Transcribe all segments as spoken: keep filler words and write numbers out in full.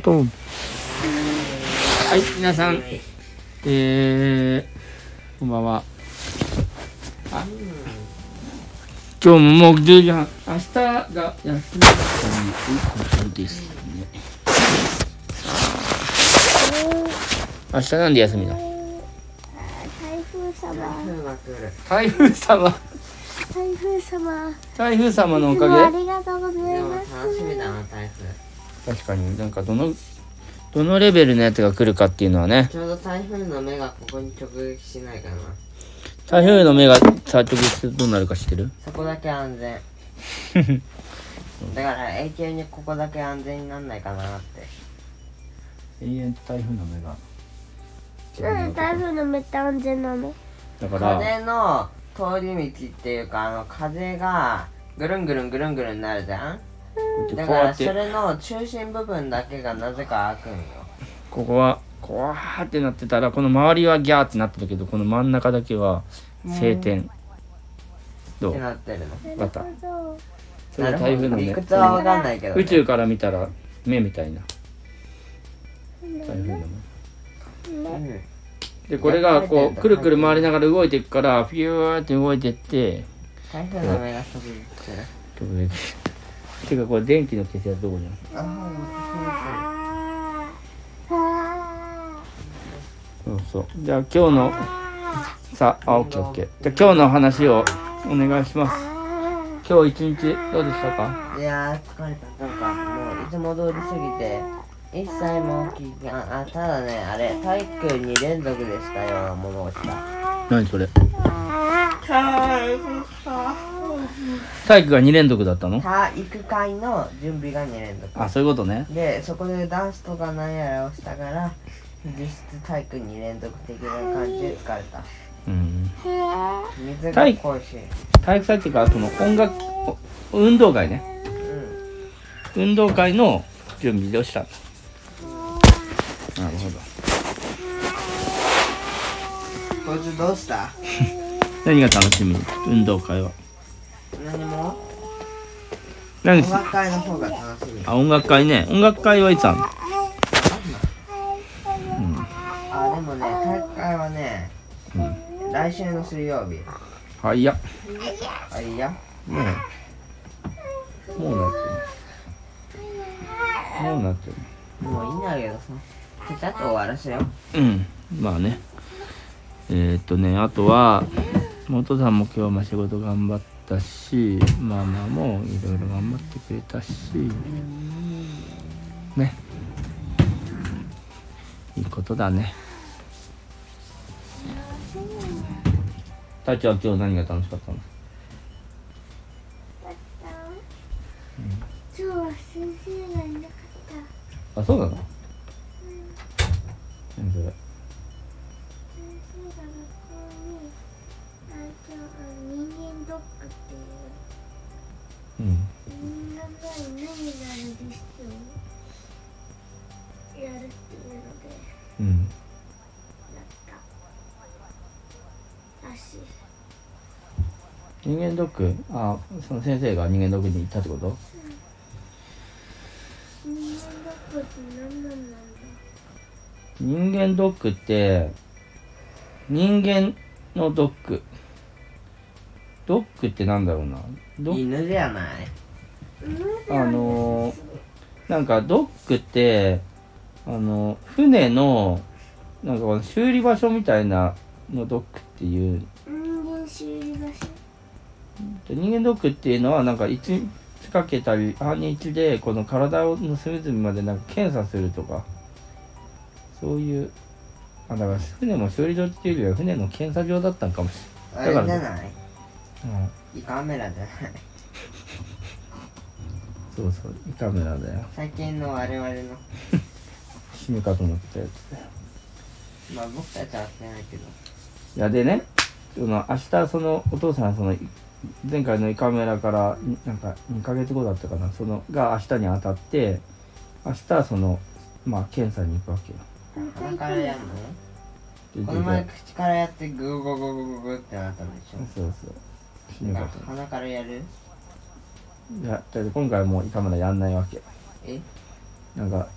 とう。はい、皆さん、えー、こんばんは。あ、今日ももうじゅうじはん、明日が休みということですね。明日なんで休みだ？ 台風様。 台風様。 台風様。 台風様のおかげ。 ありがとうございます。 楽しみだな、台風。 確かになんかどのどのレベルのやつが来るかっていうのはね。 ちょうど台風の目がここに直撃しないかな。 台風の目がさ直撃するとどうなるか知ってる？ そこだけ安全。だから永久にここだけ安全になんないかなって。 永遠と台風の目が。 なんで台風の目って安全なの？ だから風の通り道っていうか、あの風がぐるんぐるんぐるんぐるんになるじゃん。だからそれの中心部分だけがなぜか開くんよ。 ここはこわーってなってたら、この周りはギャーってなってるけど、この真ん中だけは晴天。どう？ ってなってるの。 わかった。それなるほど。 は台風の目。 理屈はわかんないけど、ね、 宇宙から見たら目みたいな。台風の目。 うん、 でこれがこうくるくる回りながら動いていくから、ピューって動いていって、 台風の目が飛び出てる。 てかこれ電気の消すやつどこじゃん。そうそう。じゃあ今日のさあ、オッケーオッケー。じゃあ今日の話をお願いします。今日一日どうでしたか？ いやー疲れた。なんかもういつも通り過ぎて一切も気が、あ、ただね、あれ体育に連続でしたようなものをした。 何それ？体育がに連続だったの？ 体育会の準備がに連続。 あ、そういうことね。 で、そこでダンスとか何やらをしたから実質体育に連続的な感じで疲れた。 うん。 水が恋しい。 体育祭っていうか、その音楽運動会ね。 うん。 運動会の準備をしたんだ。なるほど。 こいつどうした？ 何が楽しみ？運動会は。 何も？ 何？ 音楽会の方が楽しみ。 あ、音楽会ね。音楽会はいつあんの？うん。 あ、でもね、体育会はね、 うん、 来週の水曜日。 はいや。 あ、いや。 もう。もうなってる。もうなってる。 もういいんだけどさ。ちゃちゃっと終わらせよう。 うん。まあね。えー、っとね、あとは、元さんも今日はまあ仕事頑張ったし、ママもいろいろ頑張ってくれたし、ね。いいことだね。たいちゃんは今日何が楽しかったの？ 今日は先生がいなかった。 あ、そうなの？何それ？ 人間ドックっていう、 うん、 みんなが何々ですよやるっていうので、 うん、 やったらしい。 人間ドック、あ、その先生が人間ドックに行ったってこと？ うん、人間ドックって何なんなんだ？ 人間ドックって人間のドック。ドックってなんだろうな。 犬じゃない？ あのー、なんかドックってあの船のなんか修理場所みたいなのドックっていう。 人間修理場所。 人間ドックっていうのはなんかいちかけたり半日でこの体の隅々までなんか検査するとか、そういう、あ、だから船も修理場っていうよりは船の検査場だったんかもしあれない。 れじゃない？ うん、 胃カメラじゃない？ そうそう、胃カメラだよ。 最近の我々の死ぬかと思ったやつだよ。 まあ僕たちはしてないけど。 いやでね、その明日そのお父さんその前回の胃カメラからなんかにかげつごだったかな、そのが明日に当たって、明日そのまあ検査に行くわけよ。 鼻からやるの？この前口からやってグーグーグーグーグーってなったんでしょ？ そうそう。死ぬかと。 鼻からやる？ いや、だって今回はもう胃カメラやんないわけ。 え？ なんか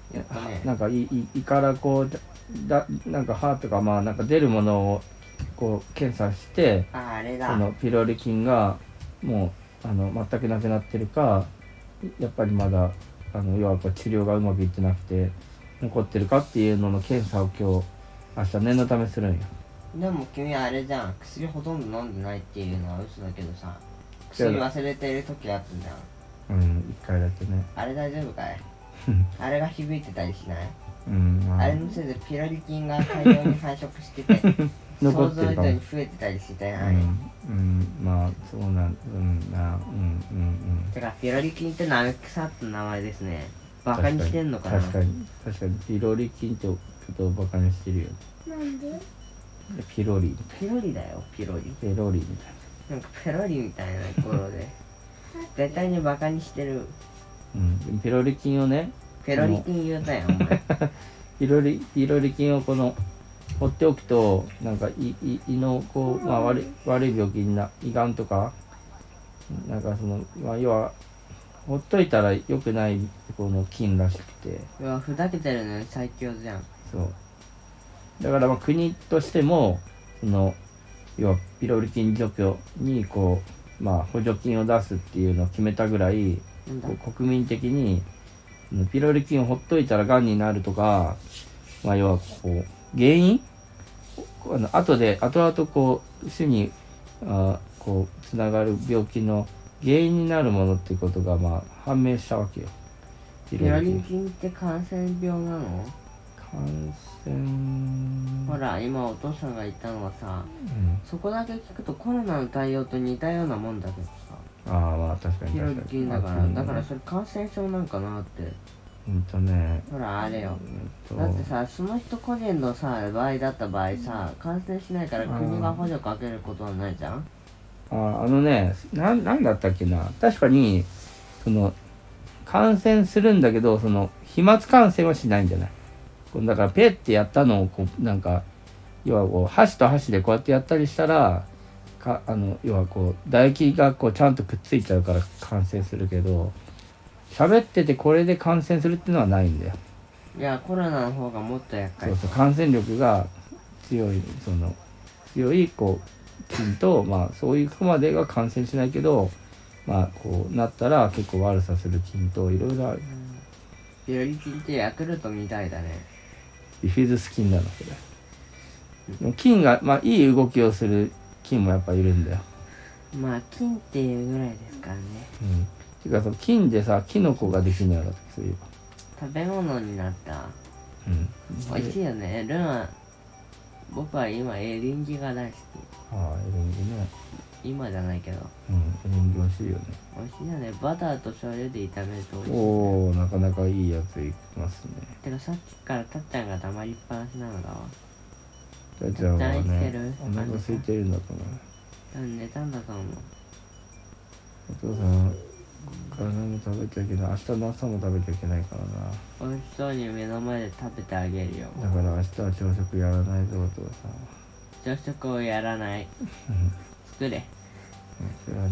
やっとねなんか胃胃胃からこうだなんか歯とかまあなんか出るものをこう検査して、 ああれだそのピロリ菌がもうあの全くなくなってるか、やっぱりまだあの要はこう治療がうまくいってなくて残ってるかっていうのの検査を今日明日念のためするんよ。 でも君あれじゃん、薬ほとんど飲んでないっていうのは嘘だけどさ、薬忘れてる時あったじゃん。 うん一回だけね。 あれ大丈夫かい？あれが響いてたりしない？ うん、まあ、 あれのせいでピロリ菌が大量に繁殖してて残想像以ってるかも。 上に増えてたりしてない、 うん、うん、まあそうなん、うんな、うんうんだからピロリ菌ってのは腐った名前ですね。バカにしてんのかな。 確かに確かにピロリ菌ってちょっとバカにしてるよ。 なんで？ ピロリピロリだよ、ピロリ。 ペロリみたいなんかペロリみたいなところで絶対にバカにしてる。 な。うん、ピロリ菌をね、 ペロリ菌言うたやん、お前。 ピロリピロリ菌をこの放っておくとなんか胃胃胃のこう、まあ、悪い悪い病気にな胃がんとかなんかその、まあ、要はほっといたら良くないこの菌らしくて、 うわ、ふざけてるのに最強じゃん。 そうだからまあ国としてもその要はピロリ菌除去にこう、まあ、補助金を出すっていうのを決めたぐらいなんだこう国民的にピロリ菌をほっといたらがんになるとか、まあ、要はこう原因あの後で後々こう死にあこうつながる病気の原因になるものっていうことがまあ判明したわけよ。 ピロリ菌って感染病なの？ 感染ほら、今お父さんが言ったのはさ、 うんそこだけ聞くとコロナの対応と似たようなもんだけどさ、 ああまあ確かにピロリ確かに菌だから、 あだからそれ感染症なんかなって。 うんとねほら、あれよ。 うんとだってさ、その人個人のさ、場合だった場合さ、感染しないから国が補助かけることはないじゃん？ ああのねな、なんだったっけな、確かにその感染するんだけどその飛沫感染はしないんじゃない。こうだからペッてやったのをこうなんか要はこう箸と箸でこうやってやったりしたらかあの要はこう唾液がこうちゃんとくっついちゃうから感染するけど、喋っててこれで感染するっていうのはないんだよ。 いや、コロナの方がもっと厄介。 そうそう感染力が強いその強いこう菌とまあそういう人までが感染しないけどまあこうなったら結構悪さする菌といろいろある。 ピロリ菌ってヤクルトみたいだね。 ビフィズス菌だなこれ。でも菌がまあいい動きをする菌もやっぱいるんだよ。 まあ、菌っていうぐらいですからね。 うんていうかその菌でさキノコができるのよだってそういえば。 食べ物になった。 うん美味しいよね。ルンは、僕は今エリンギが大好ああエリンギね。 き。今じゃないけど。 うんエリンギ美味しいよね。 美味しいよね。バターと醤油で炒めると美味しい。 おおなかなかいいやついきますね。 てかさっきからたっちゃんが黙りっぱなしなのだわ。 たっちゃんはたっちゃん生きてねるお腹空いてるんだと思う。 多分寝たんだと思う。 お父さん体も食べちゃいけない。明日の朝も食べちゃいけないからな。 美味しそうに目の前で食べてあげるよ。 だから明日は朝食やらないぞお父さんは。 朝食をやらない。 うん作れ。 それはない。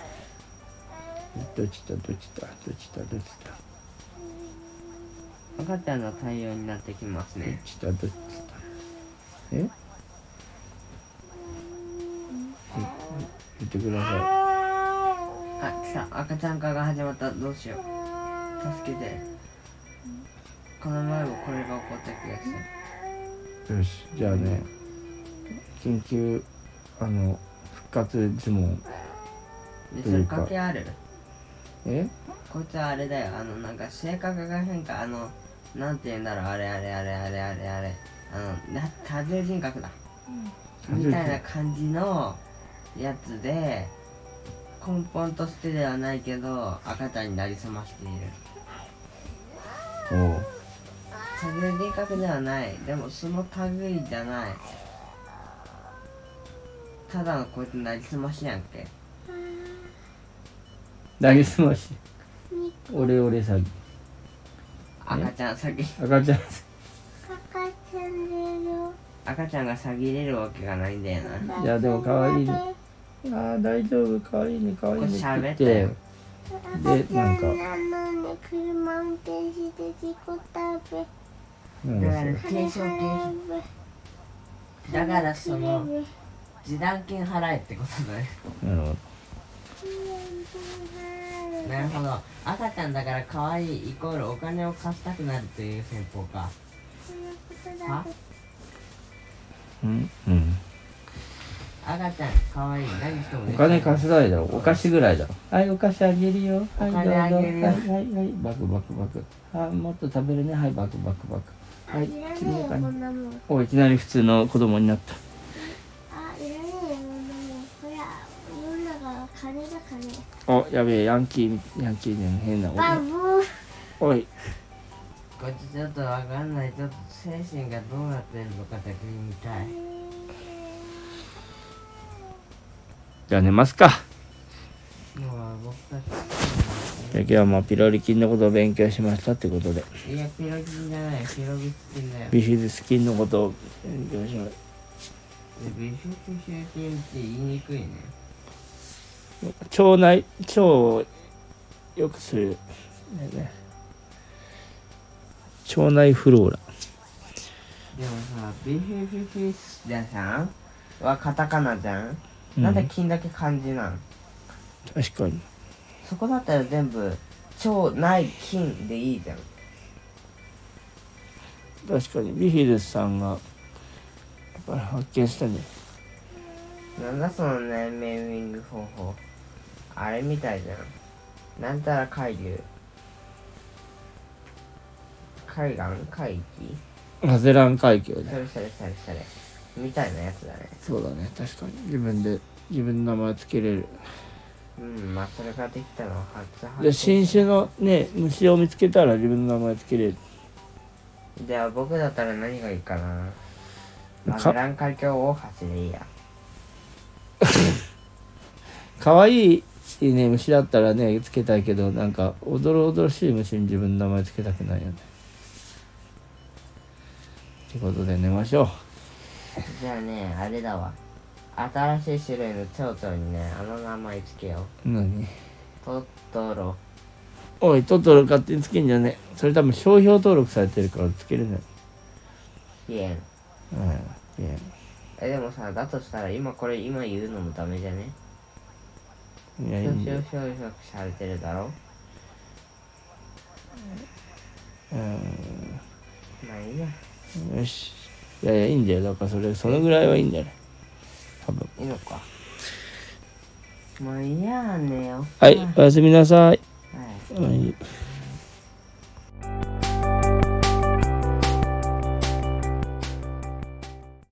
どっちだどっちだどっちだどっちだ赤ちゃんの対応になってきますどっね。 ちだどっちだえ言ってくださあ、来た。赤ちゃん化が始まった。どうしよう。助けて。この前もこれが起こった気がする。 い。よしじゃあね緊急あの復活呪文で、それ関係ある？ えこいつはあれだよ。あの、なんか性格が変化。あの、なんて言うんだろう。あれあれあれあれあれあれ。あの、な多重人格だ。みたいな感じのやつで、根本としてではないけど赤ちゃんになりすましている。 おう多重人格ではない。でもその類じゃない。ただのこいつなりすましやんけ。 なりすましオレオレ詐欺赤ちゃん詐欺。 赤ちゃん赤ちゃんだよ。 赤ちゃんが詐欺れるわけがないんだよな。 いやでも可愛いね。あー大丈夫可愛いね可愛いねって言って赤ちゃんなのに車運転して事故ったべうんだから金軽傷払う軽べだからそのくれべ示談金払えってことだね。 なるほど。 なるほど。赤ちゃんだから可愛いイコールお金を貸したくなるという戦法か。はうんうん赤ちゃん可愛い何してもお金貸せないだろお菓子ぐらいだろはいお菓子あげるよはいお金あげるよどうぞはいはいはいバクバクバクあもっと食べるねはいバクバクバクはいいらねえ次のよこ金んなもんおいきなり普通の子供になったあいらねえよこんなもんこりゃ世の中は金だ金おやべえヤンキーヤンキーね変なバブーおいこっちちょっとわかんない。ちょっと精神がどうなってるのかだけ見たい。 じゃあ寝ますかもう僕たちじゃあ今日はもうピロリ菌のことを勉強しましたってことでいやピロキンじゃないピロビスキンだよ。 ビフィズス菌のことを勉強しましビフィズスキンって言いにくいね。 た腸内腸をよくする、ね、腸内フローラでもさビフィフィフィスじゃんはカタカナじゃん、 うんなんで金だけ漢字なん。 確かにそこだったら全部腸内金でいいじゃん。 確かにビフィズスさんがやっぱり発見したねなんだそのねネーミング方法。あれみたいじゃん。なんたら海流海岸海域マゼラン海峡でそれそれそれそれみたいなやつだね。 そうだね確かに自分で自分の名前つけれるうんまあそれができたのは初で初新種のね虫を見つけたら自分の名前つけれるじゃあ僕だったら何がいいかな。マかゼラン海峡大橋でいいや。 可愛いね虫だったらねつけたいけどなんかおどろおどろしい虫に自分の名前つけたくないよねってことで寝ましょうじゃあねあれだわ。新しい種類の蝶々にねあの名前つけよう。 何トットロ。 おいトトロ勝手につけんじゃねえそれ多分商標登録されてるからつけれないピエン。 うんいやえでもさだとしたら今これ今言うのもダメじゃね。 いやいいんだよ商標登録されてるだろ。 うんまあいいや。 よしいやいやいいんだよだからそれそのぐらいはいいんだよね多分いいのか。もういいや寝よう。 はいおやすみなさいはい。 はい